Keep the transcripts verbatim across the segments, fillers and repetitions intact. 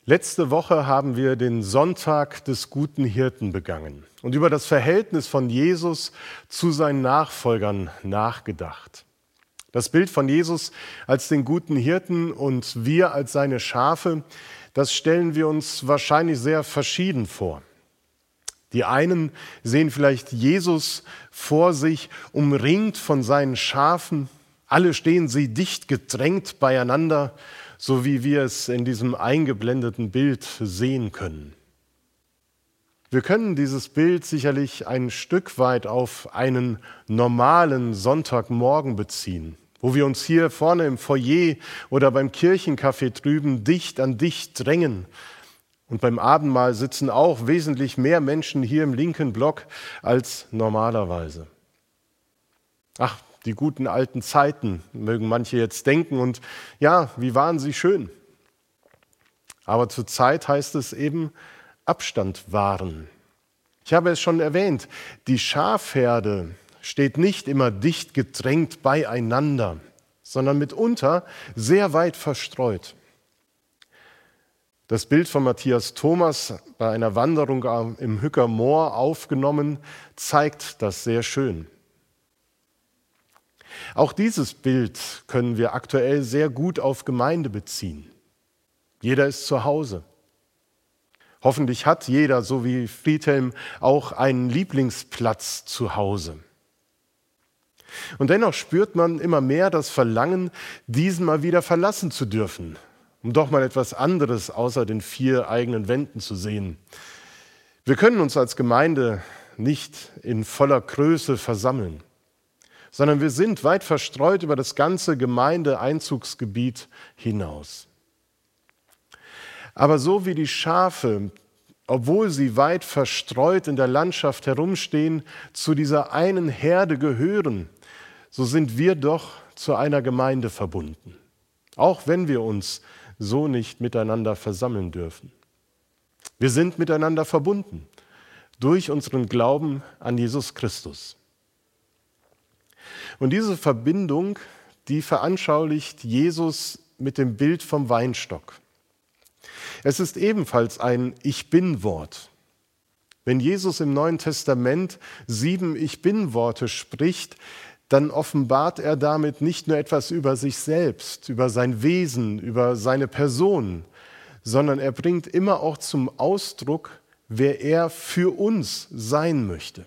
Letzte Woche haben wir den Sonntag des guten Hirten begangen und über das Verhältnis von Jesus zu seinen Nachfolgern nachgedacht. Das Bild von Jesus als den guten Hirten und wir als seine Schafe, das stellen wir uns wahrscheinlich sehr verschieden vor. Die einen sehen vielleicht Jesus vor sich, umringt von seinen Schafen. Alle stehen sie dicht gedrängt beieinander, so wie wir es in diesem eingeblendeten Bild sehen können. Wir können dieses Bild sicherlich ein Stück weit auf einen normalen Sonntagmorgen beziehen, wo wir uns hier vorne im Foyer oder beim Kirchencafé drüben dicht an dicht drängen. Und beim Abendmahl sitzen auch wesentlich mehr Menschen hier im linken Block als normalerweise. Ach, die guten alten Zeiten, mögen manche jetzt denken. Und ja, wie waren sie schön. Aber zur Zeit heißt es eben Abstand wahren. Ich habe es schon erwähnt, die Schafherde steht nicht immer dicht gedrängt beieinander, sondern mitunter sehr weit verstreut. Das Bild von Matthias Thomas bei einer Wanderung im Hücker Moor aufgenommen, zeigt das sehr schön. Auch dieses Bild können wir aktuell sehr gut auf Gemeinde beziehen. Jeder ist zu Hause. Hoffentlich hat jeder, so wie Friedhelm, auch einen Lieblingsplatz zu Hause. Und dennoch spürt man immer mehr das Verlangen, diesen mal wieder verlassen zu dürfen, um doch mal etwas anderes außer den vier eigenen Wänden zu sehen. Wir können uns als Gemeinde nicht in voller Größe versammeln, sondern wir sind weit verstreut über das ganze Gemeindeeinzugsgebiet hinaus. Aber so wie die Schafe, obwohl sie weit verstreut in der Landschaft herumstehen, zu dieser einen Herde gehören, so sind wir doch zu einer Gemeinde verbunden, auch wenn wir uns so nicht miteinander versammeln dürfen. Wir sind miteinander verbunden durch unseren Glauben an Jesus Christus. Und diese Verbindung, die veranschaulicht Jesus mit dem Bild vom Weinstock. Es ist ebenfalls ein Ich-Bin-Wort. Wenn Jesus im Neuen Testament sieben Ich-Bin-Worte spricht, dann offenbart er damit nicht nur etwas über sich selbst, über sein Wesen, über seine Person, sondern er bringt immer auch zum Ausdruck, wer er für uns sein möchte.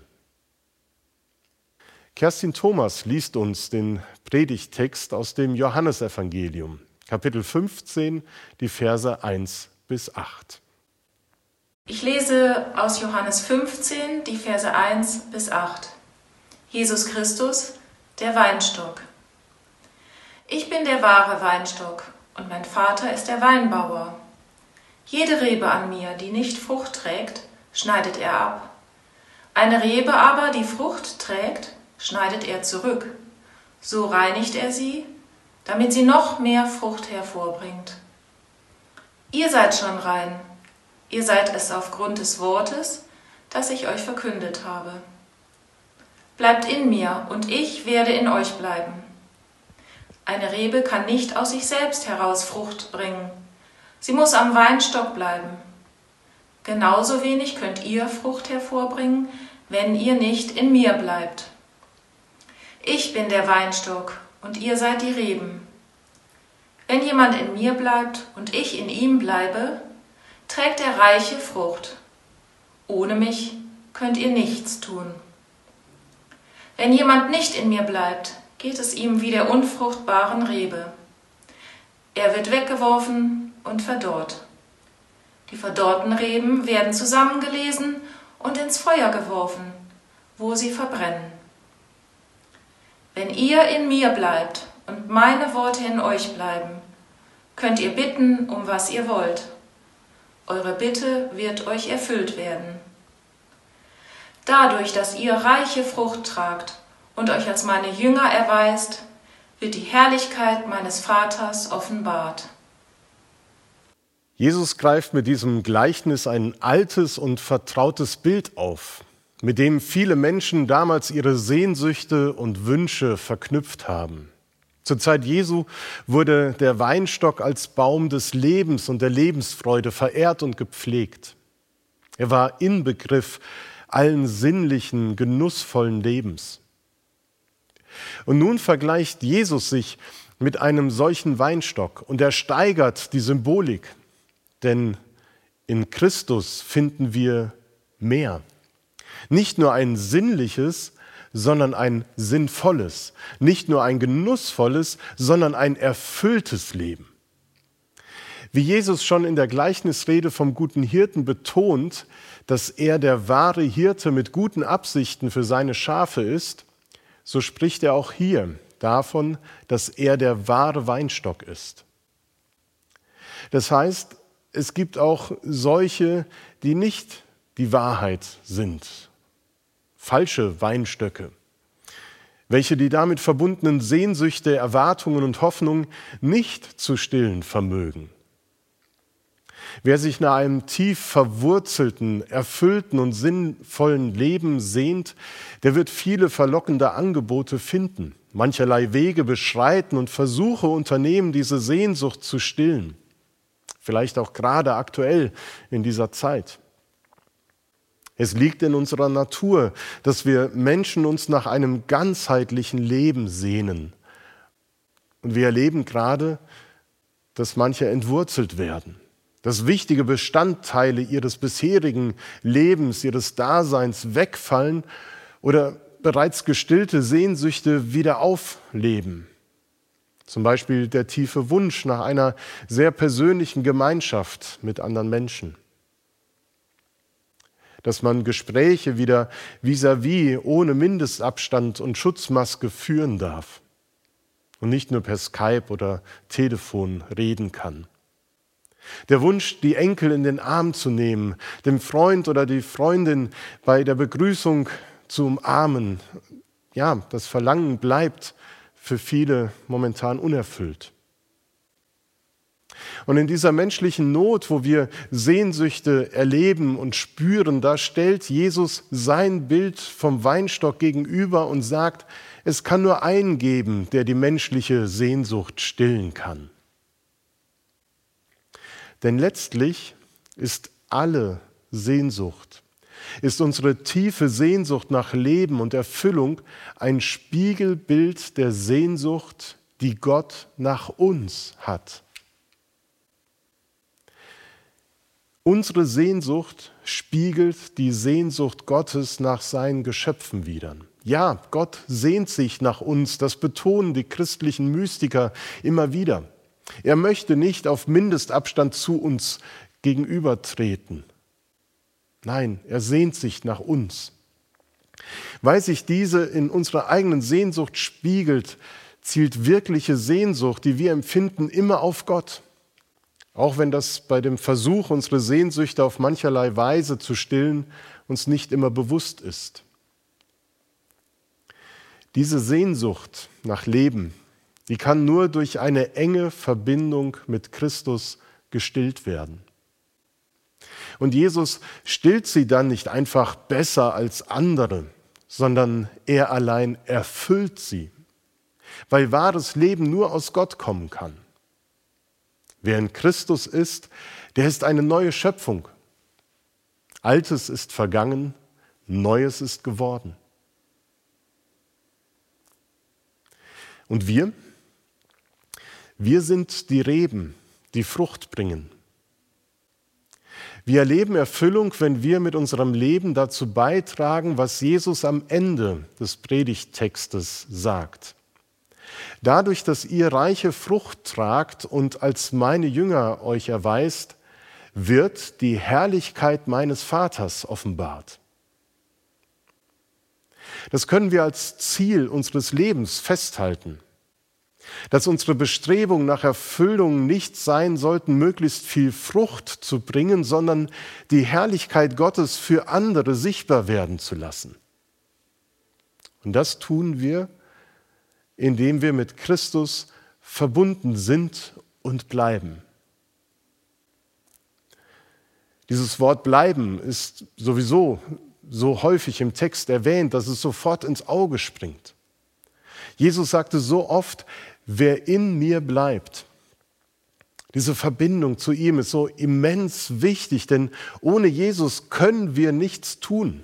Kerstin Thomas liest uns den Predigttext aus dem Johannesevangelium, Kapitel fünfzehn, die Verse eins bis acht. Ich lese aus Johannes fünfzehn, die Verse eins bis acht. Jesus Christus, der Weinstock. Ich bin der wahre Weinstock und mein Vater ist der Weinbauer. Jede Rebe an mir, die nicht Frucht trägt, schneidet er ab. Eine Rebe aber, die Frucht trägt, schneidet er zurück. So reinigt er sie, damit sie noch mehr Frucht hervorbringt. Ihr seid schon rein, ihr seid es aufgrund des Wortes, das ich euch verkündet habe. Bleibt in mir und ich werde in euch bleiben. Eine Rebe kann nicht aus sich selbst heraus Frucht bringen. Sie muss am Weinstock bleiben. Genauso wenig könnt ihr Frucht hervorbringen, wenn ihr nicht in mir bleibt. Ich bin der Weinstock und ihr seid die Reben. Wenn jemand in mir bleibt und ich in ihm bleibe, trägt er reiche Frucht. Ohne mich könnt ihr nichts tun. Wenn jemand nicht in mir bleibt, geht es ihm wie der unfruchtbaren Rebe. Er wird weggeworfen und verdorrt. Die verdorrten Reben werden zusammengelesen und ins Feuer geworfen, wo sie verbrennen. Wenn ihr in mir bleibt und meine Worte in euch bleiben, könnt ihr bitten, um was ihr wollt. Eure Bitte wird euch erfüllt werden. Dadurch, dass ihr reiche Frucht tragt und euch als meine Jünger erweist, wird die Herrlichkeit meines Vaters offenbart. Jesus greift mit diesem Gleichnis ein altes und vertrautes Bild auf, mit dem viele Menschen damals ihre Sehnsüchte und Wünsche verknüpft haben. Zur Zeit Jesu wurde der Weinstock als Baum des Lebens und der Lebensfreude verehrt und gepflegt. Er war Inbegriff allen sinnlichen, genussvollen Lebens. Und nun vergleicht Jesus sich mit einem solchen Weinstock und er steigert die Symbolik, denn in Christus finden wir mehr. Nicht nur ein sinnliches, sondern ein sinnvolles. Nicht nur ein genussvolles, sondern ein erfülltes Leben. Wie Jesus schon in der Gleichnisrede vom guten Hirten betont, dass er der wahre Hirte mit guten Absichten für seine Schafe ist, so spricht er auch hier davon, dass er der wahre Weinstock ist. Das heißt, es gibt auch solche, die nicht die Wahrheit sind. Falsche Weinstöcke, welche die damit verbundenen Sehnsüchte, Erwartungen und Hoffnungen nicht zu stillen vermögen. Wer sich nach einem tief verwurzelten, erfüllten und sinnvollen Leben sehnt, der wird viele verlockende Angebote finden, mancherlei Wege beschreiten und Versuche unternehmen, diese Sehnsucht zu stillen. Vielleicht auch gerade aktuell in dieser Zeit. Es liegt in unserer Natur, dass wir Menschen uns nach einem ganzheitlichen Leben sehnen. Und wir erleben gerade, dass manche entwurzelt werden, dass wichtige Bestandteile ihres bisherigen Lebens, ihres Daseins wegfallen oder bereits gestillte Sehnsüchte wieder aufleben. Zum Beispiel der tiefe Wunsch nach einer sehr persönlichen Gemeinschaft mit anderen Menschen. Dass man Gespräche wieder vis-à-vis ohne Mindestabstand und Schutzmaske führen darf und nicht nur per Skype oder Telefon reden kann. Der Wunsch, die Enkel in den Arm zu nehmen, dem Freund oder die Freundin bei der Begrüßung zu umarmen, ja, das Verlangen bleibt für viele momentan unerfüllt. Und in dieser menschlichen Not, wo wir Sehnsüchte erleben und spüren, da stellt Jesus sein Bild vom Weinstock gegenüber und sagt, es kann nur einen geben, der die menschliche Sehnsucht stillen kann. Denn letztlich ist alle Sehnsucht, ist unsere tiefe Sehnsucht nach Leben und Erfüllung ein Spiegelbild der Sehnsucht, die Gott nach uns hat. Unsere Sehnsucht spiegelt die Sehnsucht Gottes nach seinen Geschöpfen wider. Ja, Gott sehnt sich nach uns, das betonen die christlichen Mystiker immer wieder. Er möchte nicht auf Mindestabstand zu uns gegenübertreten. Nein, er sehnt sich nach uns. Weil sich diese in unserer eigenen Sehnsucht spiegelt, zielt wirkliche Sehnsucht, die wir empfinden, immer auf Gott. Auch wenn das bei dem Versuch, unsere Sehnsüchte auf mancherlei Weise zu stillen, uns nicht immer bewusst ist. Diese Sehnsucht nach Leben, die kann nur durch eine enge Verbindung mit Christus gestillt werden. Und Jesus stillt sie dann nicht einfach besser als andere, sondern er allein erfüllt sie, weil wahres Leben nur aus Gott kommen kann. Wer in Christus ist, der ist eine neue Schöpfung. Altes ist vergangen, Neues ist geworden. Und wir? Wir sind die Reben, die Frucht bringen. Wir erleben Erfüllung, wenn wir mit unserem Leben dazu beitragen, was Jesus am Ende des Predigttextes sagt. Dadurch, dass ihr reiche Frucht tragt und als meine Jünger euch erweist, wird die Herrlichkeit meines Vaters offenbart. Das können wir als Ziel unseres Lebens festhalten. Dass unsere Bestrebungen nach Erfüllung nicht sein sollten, möglichst viel Frucht zu bringen, sondern die Herrlichkeit Gottes für andere sichtbar werden zu lassen. Und das tun wir, indem wir mit Christus verbunden sind und bleiben. Dieses Wort bleiben ist sowieso so häufig im Text erwähnt, dass es sofort ins Auge springt. Jesus sagte so oft, wer in mir bleibt. Diese Verbindung zu ihm ist so immens wichtig, denn ohne Jesus können wir nichts tun.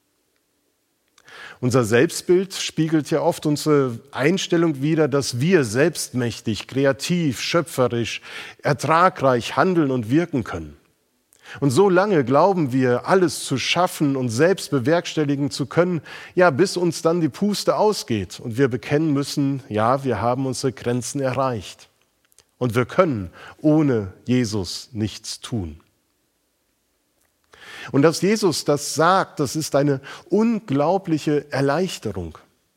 Unser Selbstbild spiegelt ja oft unsere Einstellung wider, dass wir selbstmächtig, kreativ, schöpferisch, ertragreich handeln und wirken können. Und so lange glauben wir, alles zu schaffen und selbst bewerkstelligen zu können, ja, bis uns dann die Puste ausgeht und wir bekennen müssen, ja, wir haben unsere Grenzen erreicht. Und wir können ohne Jesus nichts tun. Und dass Jesus das sagt, das ist eine unglaubliche Erleichterung.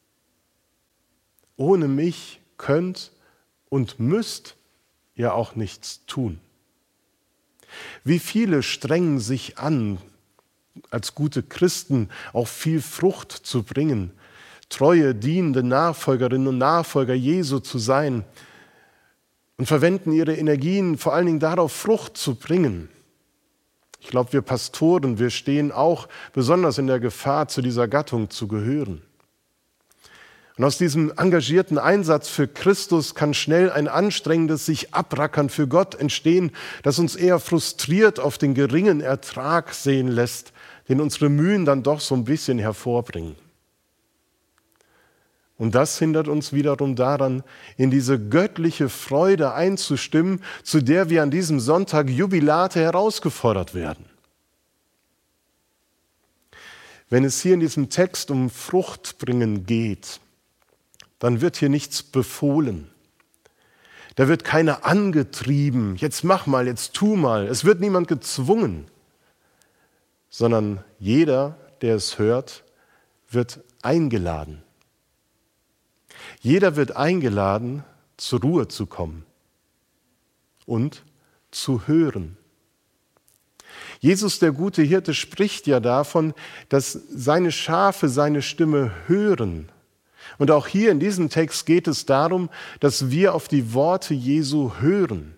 Ohne mich könnt und müsst ihr auch nichts tun. Wie viele strengen sich an, als gute Christen auch viel Frucht zu bringen, treue, dienende Nachfolgerinnen und Nachfolger Jesu zu sein und verwenden ihre Energien vor allen Dingen darauf, Frucht zu bringen. Ich glaube, wir Pastoren, wir stehen auch besonders in der Gefahr, zu dieser Gattung zu gehören. Und aus diesem engagierten Einsatz für Christus kann schnell ein anstrengendes sich abrackern für Gott entstehen, das uns eher frustriert auf den geringen Ertrag sehen lässt, den unsere Mühen dann doch so ein bisschen hervorbringen. Und das hindert uns wiederum daran, in diese göttliche Freude einzustimmen, zu der wir an diesem Sonntag Jubilate herausgefordert werden. Wenn es hier in diesem Text um Fruchtbringen geht, dann wird hier nichts befohlen. Da wird keiner angetrieben, jetzt mach mal, jetzt tu mal. Es wird niemand gezwungen, sondern jeder, der es hört, wird eingeladen. Jeder wird eingeladen, zur Ruhe zu kommen und zu hören. Jesus, der gute Hirte, spricht ja davon, dass seine Schafe seine Stimme hören. Und auch hier in diesem Text geht es darum, dass wir auf die Worte Jesu hören.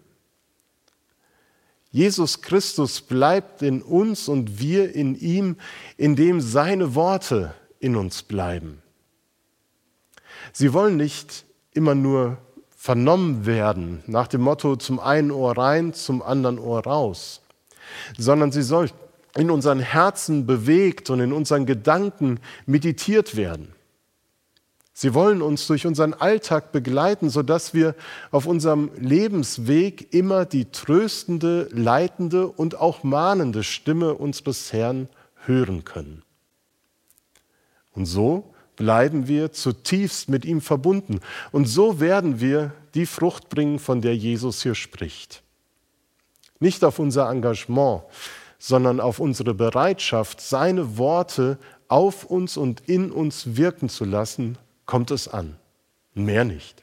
Jesus Christus bleibt in uns und wir in ihm, indem seine Worte in uns bleiben. Sie wollen nicht immer nur vernommen werden, nach dem Motto zum einen Ohr rein, zum anderen Ohr raus, sondern sie sollen in unseren Herzen bewegt und in unseren Gedanken meditiert werden. Sie wollen uns durch unseren Alltag begleiten, sodass wir auf unserem Lebensweg immer die tröstende, leitende und auch mahnende Stimme unseres Herrn hören können. Und so bleiben wir zutiefst mit ihm verbunden. Und so werden wir die Frucht bringen, von der Jesus hier spricht. Nicht auf unser Engagement, sondern auf unsere Bereitschaft, seine Worte auf uns und in uns wirken zu lassen, kommt es an. Mehr nicht.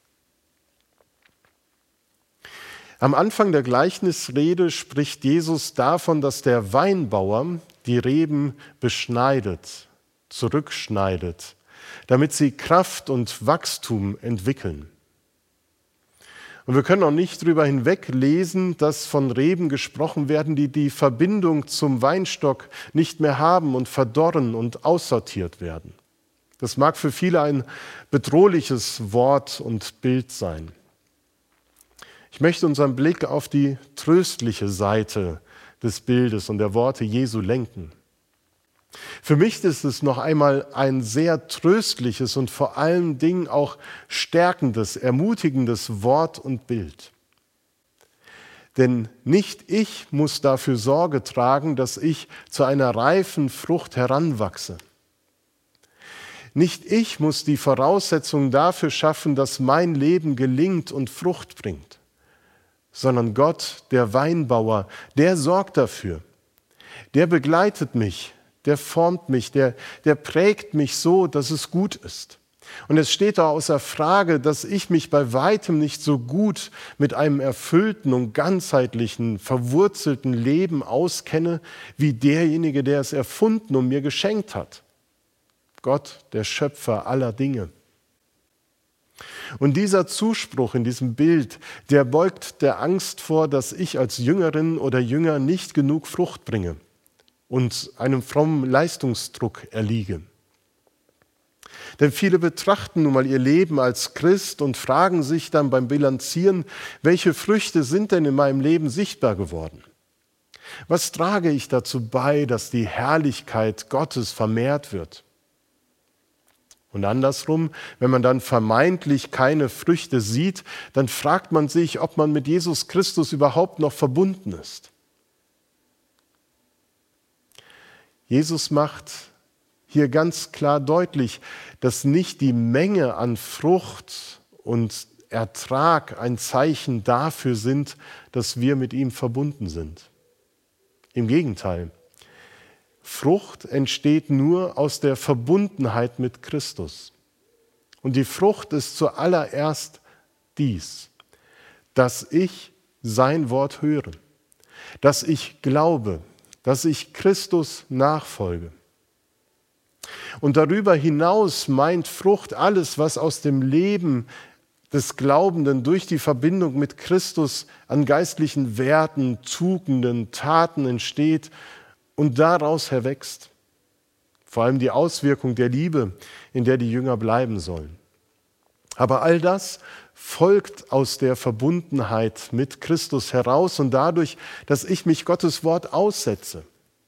Am Anfang der Gleichnisrede spricht Jesus davon, dass der Weinbauer die Reben beschneidet, zurückschneidet, damit sie Kraft und Wachstum entwickeln. Und wir können auch nicht darüber hinweglesen, dass von Reben gesprochen werden, die die Verbindung zum Weinstock nicht mehr haben und verdorren und aussortiert werden. Das mag für viele ein bedrohliches Wort und Bild sein. Ich möchte unseren Blick auf die tröstliche Seite des Bildes und der Worte Jesu lenken. Für mich ist es noch einmal ein sehr tröstliches und vor allen Dingen auch stärkendes, ermutigendes Wort und Bild. Denn nicht ich muss dafür Sorge tragen, dass ich zu einer reifen Frucht heranwachse. Nicht ich muss die Voraussetzungen dafür schaffen, dass mein Leben gelingt und Frucht bringt, sondern Gott, der Weinbauer, der sorgt dafür. Der begleitet mich, der formt mich, der, der prägt mich so, dass es gut ist. Und es steht da außer Frage, dass ich mich bei weitem nicht so gut mit einem erfüllten und ganzheitlichen, verwurzelten Leben auskenne, wie derjenige, der es erfunden und mir geschenkt hat. Gott, der Schöpfer aller Dinge. Und dieser Zuspruch in diesem Bild, der beugt der Angst vor, dass ich als Jüngerin oder Jünger nicht genug Frucht bringe und einem frommen Leistungsdruck erliege. Denn viele betrachten nun mal ihr Leben als Christ und fragen sich dann beim Bilanzieren, welche Früchte sind denn in meinem Leben sichtbar geworden? Was trage ich dazu bei, dass die Herrlichkeit Gottes vermehrt wird? Und andersrum, wenn man dann vermeintlich keine Früchte sieht, dann fragt man sich, ob man mit Jesus Christus überhaupt noch verbunden ist. Jesus macht hier ganz klar deutlich, dass nicht die Menge an Frucht und Ertrag ein Zeichen dafür sind, dass wir mit ihm verbunden sind. Im Gegenteil, Frucht entsteht nur aus der Verbundenheit mit Christus. Und die Frucht ist zuallererst dies, dass ich sein Wort höre, dass ich glaube, dass ich Christus nachfolge. Und darüber hinaus meint Frucht alles, was aus dem Leben des Glaubenden durch die Verbindung mit Christus an geistlichen Werten, Tugenden, Taten entsteht und daraus erwächst. Vor allem die Auswirkung der Liebe, in der die Jünger bleiben sollen. Aber all das folgt aus der Verbundenheit mit Christus heraus und dadurch, dass ich mich Gottes Wort aussetze.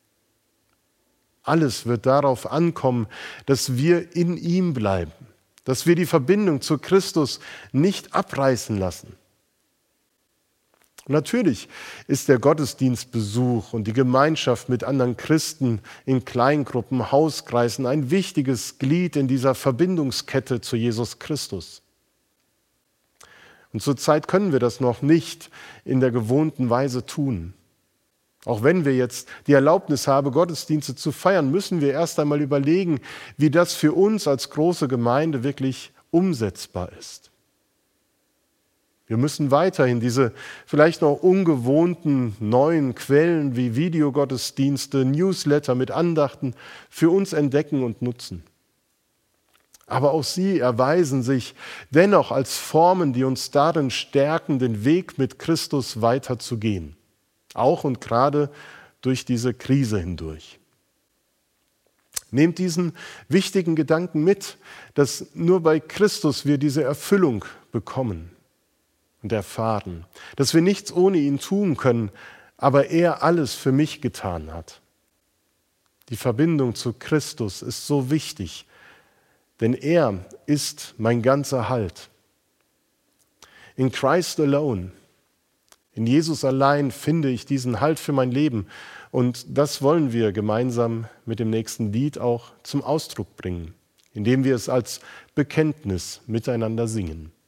Alles wird darauf ankommen, dass wir in ihm bleiben, dass wir die Verbindung zu Christus nicht abreißen lassen. Natürlich ist der Gottesdienstbesuch und die Gemeinschaft mit anderen Christen in Kleingruppen, Hauskreisen ein wichtiges Glied in dieser Verbindungskette zu Jesus Christus. Und zurzeit können wir das noch nicht in der gewohnten Weise tun. Auch wenn wir jetzt die Erlaubnis haben, Gottesdienste zu feiern, müssen wir erst einmal überlegen, wie das für uns als große Gemeinde wirklich umsetzbar ist. Wir müssen weiterhin diese vielleicht noch ungewohnten neuen Quellen wie Videogottesdienste, Newsletter mit Andachten für uns entdecken und nutzen. Aber auch sie erweisen sich dennoch als Formen, die uns darin stärken, den Weg mit Christus weiterzugehen. Auch und gerade durch diese Krise hindurch. Nehmt diesen wichtigen Gedanken mit, dass nur bei Christus wir diese Erfüllung bekommen und erfahren, dass wir nichts ohne ihn tun können, aber er alles für mich getan hat. Die Verbindung zu Christus ist so wichtig, denn er ist mein ganzer Halt. In Christ alone, in Jesus allein finde ich diesen Halt für mein Leben. Und das wollen wir gemeinsam mit dem nächsten Lied auch zum Ausdruck bringen, indem wir es als Bekenntnis miteinander singen.